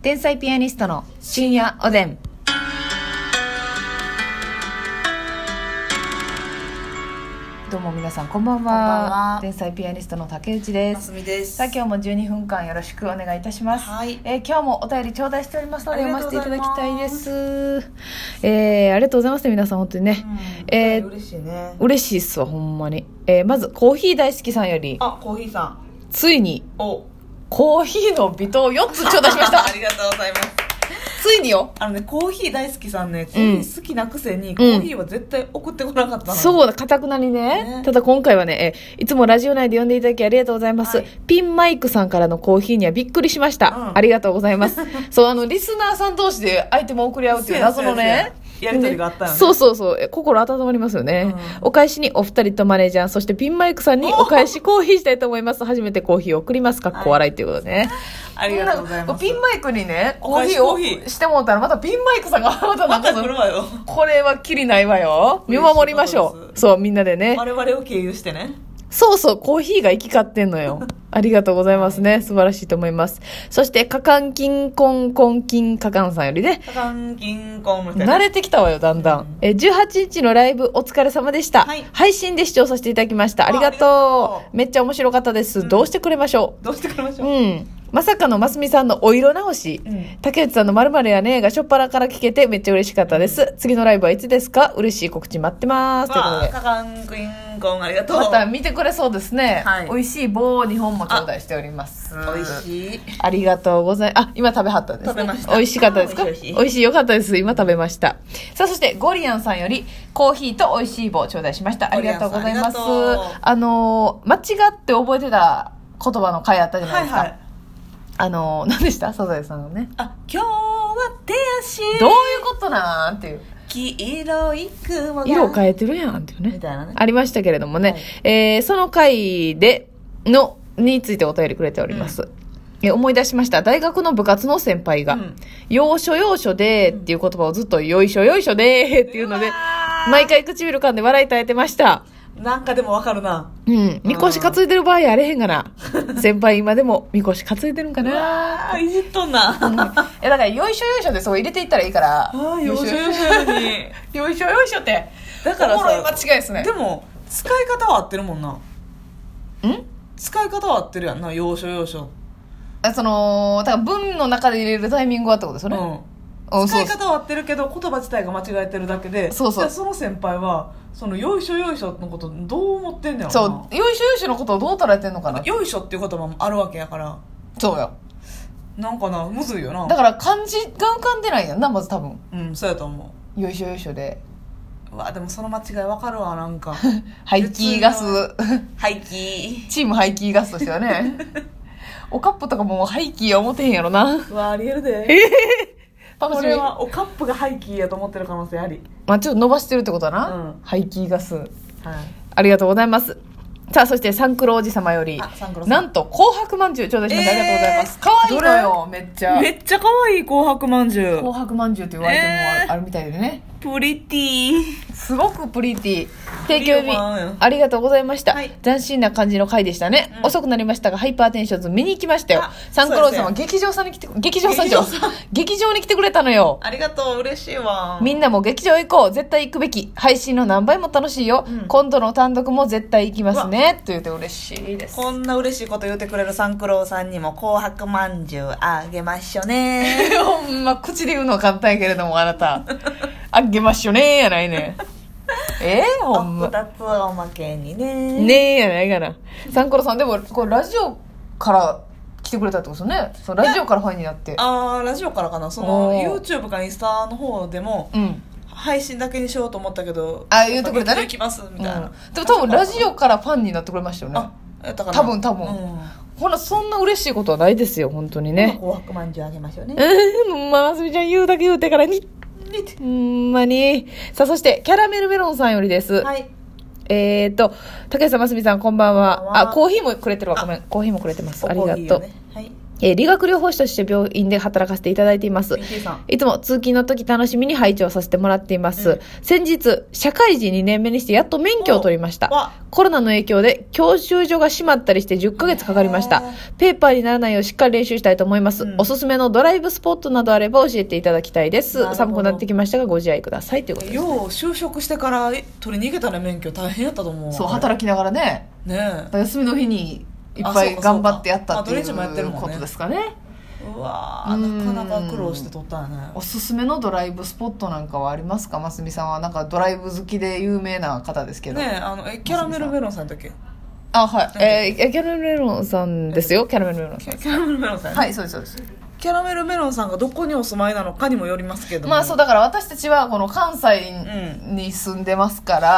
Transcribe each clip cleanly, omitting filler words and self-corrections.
天才ピアニストの深夜おでん。どうも皆さんこんばんは。 こんばんは。 天才ピアニストの竹内です。 ますみです。 さあ今日も12分間よろしくお願いいたします。 はい。 今日もお便り頂戴しておりますので読ませていただきたいです。ありがとうございますね皆さん本当にね。 嬉しいね。 嬉しいっすわほんまに。まずコーヒー大好きさんより、 コーヒーさん。 ついにコーヒーの微糖4つ頂戴しました。 ありがとうございます。 ついによ。 コーヒー大好きさんね、コーヒー好きなくせに、コーヒーは絶対送ってこなかったの。 そうだ、かたくなにね。ただ今回はね、いつもラジオ内で読んでいただきありがとうございます。ピンマイクさんからのコーヒーにはびっくりしました。ありがとうございます。そう、リスナーさん同士でアイテムを送り合うっていう謎のね、 やりとりがあったよね。 そう心温まりますよね。お返しにお二人とマネージャー、そしてピンマイクさんにお返しコーヒーしたいと思います。初めてコーヒーを送ります。かっこ笑いっていうことね。 ありがとうございます。 ピンマイクにね、コーヒーをしてもらったらまたピンマイクさんがまた来るわよ。 これはキリないわよ。見守りましょう。そう、みんなでね。 我々を経由してね。 そう、コーヒーが行き交ってんのよ。ありがとうございますね。素晴らしいと思います。そして、カカンキンコンコンキンカカンさんよりね。 カカンキンコンみたいな。慣れてきたわよ、だんだん。18日のライブお疲れ様でした。配信で視聴させていただきました。ありがとう。めっちゃ面白かったです。どうしてくれましょう。まさかのますみさんのお色直し、竹内さんの〇〇やねがしょっぱなから聞けてめっちゃ嬉しかったです。次のライブはいつですか？嬉しい告知待ってます。ということで。 カカンキンコンありがとう。 また見てくれそうですね。美味しい棒を2本も頂戴しております。 美味しい。 ありがとうございます。今食べはったんですね。 食べました。 美味しかったですか？美味しいよかったです。今食べました。さあそしてゴリアンさんよりコーヒーと美味しい棒を頂戴しました。ありがとうございます。間違って覚えてた言葉の回あったじゃないですか。何でしたサザエさんのね。 今日は手足。 どういうことなんっていう。 黄色い雲が。 色変えてるやんっていうね。 みたいなね。 ありましたけれどもね。その回についてお便りくれております。思い出しました。大学の部活の先輩が、要所要所でっていう言葉をずっとよいしょよいしょでっていうので、毎回唇噛んで笑い絶えてました。 なんかでもわかるな。 みこし担いでる場合あれへんがな。先輩今でもみこし担いでるんかな。 いじっとんな。 だからよいしょよいしょでそう入れていったらいいから。 よいしょよいしょに。 よいしょよいしょって。 だからさ、 おもろい間違いですね。 でも、使い方は合ってるもんな。使い方は合ってるやんな、要所要所。 だから文の中で入れるタイミングはってことですよね。 使い方は合ってるけど言葉自体が間違えてるだけで、その先輩はそのよいしょよいしょのことどう思ってんねやろな。 そう、よいしょよいしょのことをどう捉えてんのかな。 よいしょっていう言葉もあるわけやから。 そうよ。 なんかな、むずいよな。 だから漢字が浮かんでないやんなまず多分。 そうやと思う。よいしょよいしょで。 でもその間違いわかるわ。なんか排気ガス排気チーム排気ガスとしてはね。おカップとかも排気は思ってへんやろな。 ありえるで。これはおカップが排気やと思ってる可能性あり。 ちょっと伸ばしてるってことだな。排気ガス。ありがとうございます。さあそしてサンクロおじ様よりなんと紅白まんじゅう頂戴しました。ありがとうございます。可愛いのよ。めっちゃ可愛い紅白まんじゅう。 紅白まんじゅうというアイテムもあるみたいでね。 プリティすごくプリティ提供日ありがとうございました。斬新な感じの回でしたね。遅くなりましたがハイパーテンションズ見に行きましたよ。サンクローズ様劇場に来てくれたのよ。 ありがとう。嬉しいわ。 みんなも劇場行こう。絶対行くべき。配信の何倍も楽しいよ。今度の単独も絶対行きますねと言って嬉しいです。 こんな嬉しいこと言ってくれるサンクローさんにも紅白まんじゅうあげましょね。 ほんま口で言うのは簡単やけれどもあなたあげましょねやないね。ほんま。 2つおまけにね。 ねやないかな。サンコロさんでもこれラジオから来てくれたってことですよね。そのラジオからファンになって。 ラジオからかな。その YouTube かインスタの方でも、配信だけにしようと思ったけど、 言ってくれたね。 行きますみたいな。 でも多分ラジオからファンになってくれましたよね。多分。ほらそんな嬉しいことはないですよ本当にね。 紅白まんじゅうあげましょうね。 ますみちゃん言うだけ言うてからに。ほんまに。さあそしてキャラメルメロンさんよりです。竹内さんますみさんこんばんは。コーヒーもくれてるわ。ごめんコーヒーもくれてます。ありがとう。 理学療法士として病院で働かせていただいています。いつも通勤の時楽しみに拝聴させてもらっています。先日、社会人2年目にしてやっと免許を取りました。コロナの影響で教習所が閉まったりして10ヶ月かかりました。ペーパーにならないようしっかり練習したいと思います。おすすめのドライブスポットなどあれば教えていただきたいです。寒くなってきましたがご自愛くださいということです、ね。 よう就職してから取りに行けたね。免許大変やったと思う。 そう、働きながらね。休みの日にいっぱい頑張ってやったっていうことですかね。 うわー、なかなか苦労して取ったよね。 おすすめのドライブスポットなんかはありますか？ますみさんはなんかドライブ好きで有名な方ですけどね。キャラメルメロンさんだっけ？ はい、キャラメルメロンさんですよ。キャラメルメロンさん、 キャラメルメロンさん、ね、 はい、そうですそうです。 キャラメルメロンさんがどこにお住まいなのかにもよりますけども、 まあそうだから私たちはこの関西に住んでますから、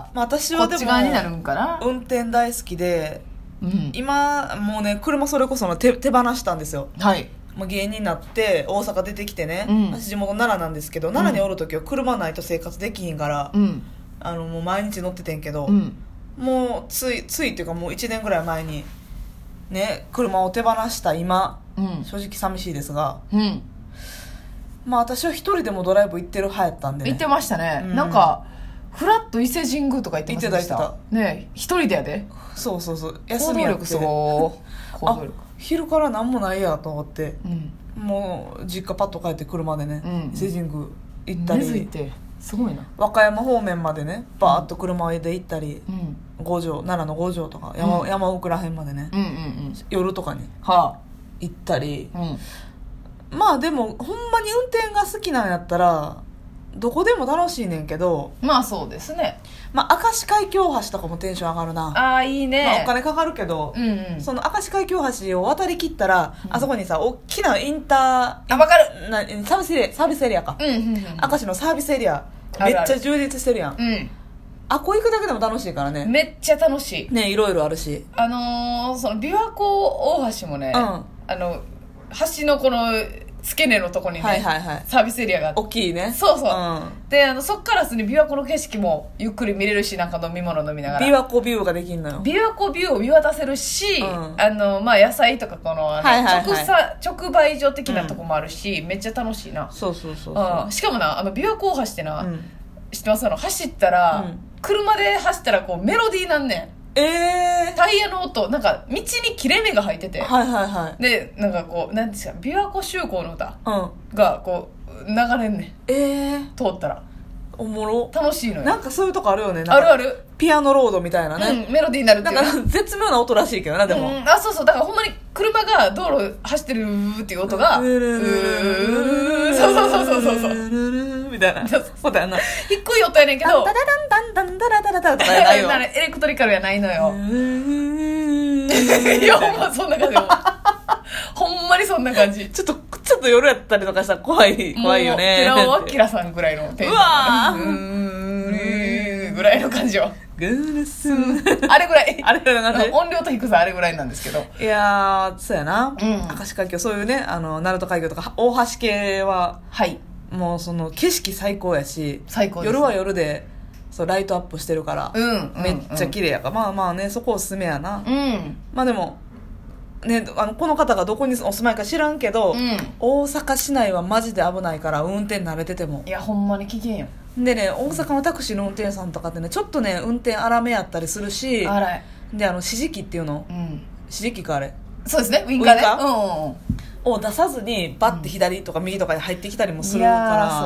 まあ、私はでもこっち側になるんかな。 運転大好きで、今もうね車それこそ手放したんですよ。 はい。 芸人になって大阪出てきてね、私地元奈良なんですけど、奈良におるときは車ないと生活できひんから、もう毎日乗っててんけど、もうついっていうかもう1年ぐらい前にね車を手放した今、正直寂しいですが、まあ私は一人でもドライブ行ってる派やったんでね。 行ってましたね、なんかフラッと伊勢神宮とか行ってました。 行ってたね、一人でやで。 そう休みやって行動力昼から何もないやと思って、もう実家パッと帰って車でね、伊勢神宮行ったり、 根付いてすごいな。 和歌山方面までねバーッと車で行ったり、五条奈良の五条とか山奥らへんまでね、夜とかに行ったり、まあでもほんまに運転が好きなんやったらどこでも楽しいねんけど、 まあそうですね。 まあ明石海峡大橋とかもテンション上がるな。 ああいいね。 まあ、お金かかるけど、その明石海峡大橋を渡りきったら、あそこにさ大きなインター、 わかる、 サービスエリアか、明石のサービスエリアめっちゃ充実してるやん。あこ行くだけでも楽しいからね。 めっちゃ楽しいね。いろいろあるし、 その琵琶湖大橋もね、橋のこの付け根のとこにね、サービスエリアが大きいね。 そうそう、でそっからすね琵琶湖の景色もゆっくり見れるし、なんか飲み物飲みながら琵琶湖ビューができんのよ。 琵琶湖ビューを見渡せるし、まあ野菜とかこの直売所的なとこもあるし、めっちゃ楽しいな。 そうしかもな琵琶湖大橋ってな、知ってます？走ったら、車で走ったらこうメロディーなんねん。タイヤの音、なんか道に切れ目が入ってて、でなんかこうなんですか、琵琶湖修行の歌がこう流れんねん、通ったら。 おもろ。 楽しいのよ。 なんかそういうとこあるよね。 あるある。 ピアノロードみたいなね、 メロディーになるっていう。 なんか絶妙な音らしいけどな。でもそうだからほんまに車が道路走ってるっていう音がそうみたいな。そうだよな。 低い音やねんけど、 ダダダンダンダンダラダラダラとかやないよ。 エレクトリカルやないのよ。いやほんまそんな感じ。ほんまにそんな感じ。 ちょっと夜やったりとかしたら怖いよね。 寺尾明さんぐらいのテンション。うわぐらいの感じよ。あれぐらい。音量と低さあれぐらいなんですけど。 いやーそうやな、明石海峡、そういうね鳴門海峡とか大橋系は、もうその景色最高やし、夜は夜でそうライトアップしてるから、めっちゃ綺麗やから、まあねそこおすすめやな。まあでもね、この方がどこにお住まいか知らんけど、大阪市内はマジで危ないから、運転慣れてても。 いやほんまに危険よ。 でね、大阪のタクシーの運転手さんとかってね、ちょっとね運転荒めやったりするし、で指示器っていうの、指示器かあれ、 そうですね、ウインカーね、 を出さずにバッて左とか右とかに入ってきたりもするから、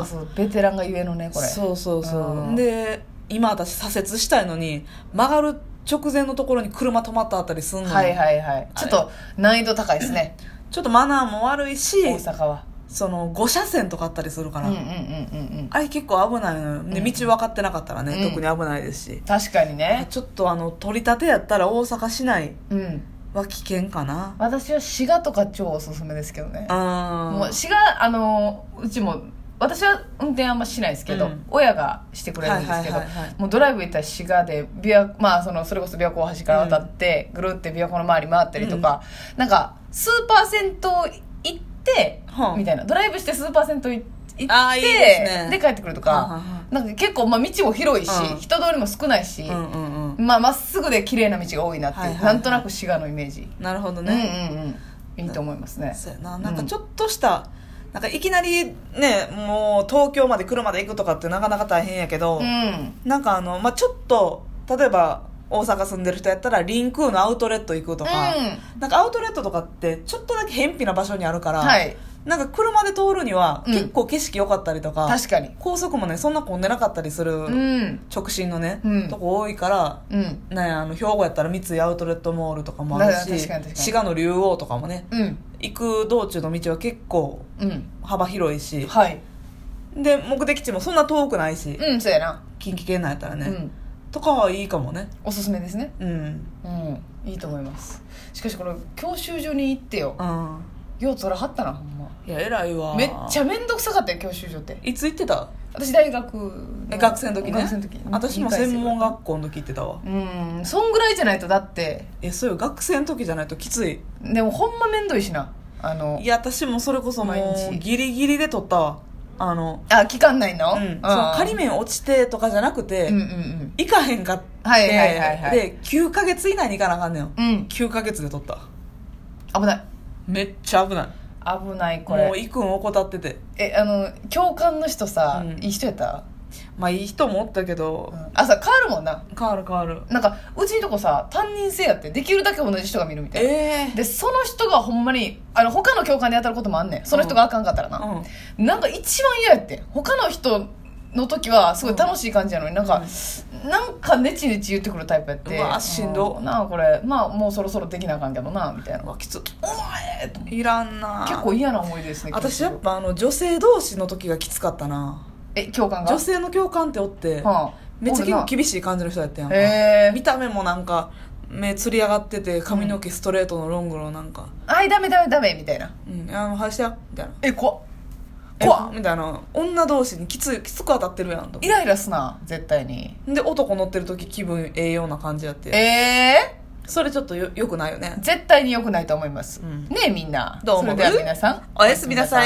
そうベテランがゆえのねこれ。 そうで今私左折したいのに曲がる直前のところに車止まったあたりすんの。 ちょっと難易度高いですね。 ちょっとマナーも悪いし、 大阪はその5車線とかあったりするから、あれ結構危ないのよ。で道分かってなかったらね、特に危ないですし。確かにね。 ちょっと取り立てやったら大阪市内は危険かな。 私は滋賀とか超おすすめですけどね。もう滋賀うちも私は運転あんましないですけど、親がしてくれるんですけど、もうドライブ行ったら滋賀でそれこそ琵琶湖大橋から渡って、ぐるって琵琶湖の周り回ったりとか、なんか数パーセント行ってみたいな、ドライブして数パーセント行ってで帰ってくるとか、なんか結構道も広いし、人通りも少ないし、まっすぐで綺麗な道が多いなっていう、なんとなく滋賀のイメージ。 なるほどね。 いいと思いますね。 そうやな。なんかちょっとした、なんかいきなりね、もう東京まで車で行くとかってなかなか大変やけど、なんかちょっと例えば大阪住んでる人やったらリンクーのアウトレット行くとか、なんかアウトレットとかってちょっとだけ偏僻な場所にあるから、なんか車で通るには結構景色良かったりとか、 確かに高速もねそんな混んでなかったりする、直進のね、とこ多いから、兵庫やったら三井アウトレットモールとかもあるし、滋賀の竜王とかもね、行く道中の道は結構幅広いし、で目的地もそんな遠くないし、 そうやな、 近畿圏内やったらね、とかはいいかもね。 おすすめですね。いいと思います。しかしこれ教習所に行ってよ、ようつらはったな、ほんま。 いや偉いわ。 めっちゃめんどくさかったよ、教習所って。 いつ行ってた？ 私大学学生の時ね。私も専門学校の時行ってたわ。 そんぐらいじゃないと、だってそうよ、学生の時じゃないときつい。 でもほんまめんどいしな。 いや私もそれこそもうギリギリで取ったわ。 期間内の、 その仮面落ちてとかじゃなくて、行かへんかって、で9ヶ月以内に行かなあかんねん、9ヶ月で取った。 危ない。 めっちゃ危ない。 危ない。これもう行くん怠ってて。 教官の人さ、いい人やった？ まあいい人もおったけど、 変わるもんな。 変わる。 なんかうちのとこさ、担任制やって、できるだけ同じ人が見るみたいな。でその人がほんまに他の教官で当たることもあんねん、その人があかんかったらな、なんか一番嫌やって。他の人の時はすごい楽しい感じやのに、なんかネチネチ言ってくるタイプやって、 しんどなあ、これもうそろそろできなあかんけどなみたいな。 きつお前いらんな。 結構嫌な思い出ですね。 私やっぱ女性同士の時がきつかったな。 教官が女性の教官っておって、めっちゃ結構厳しい感じの人やったやんか。見た目もなんか目つり上がってて、髪の毛ストレートのロングのなんか、 ダメみたいな、 外してやみたいな、 怖っみたいな。女同士にきつく当たってるやんと。 イライラすな、絶対に。 で男乗ってる時気分ええような感じやって、それちょっとよくないよね。 絶対によくないと思います、ねえみんな。 どう思う？ それでは皆さん、 おやすみなさい。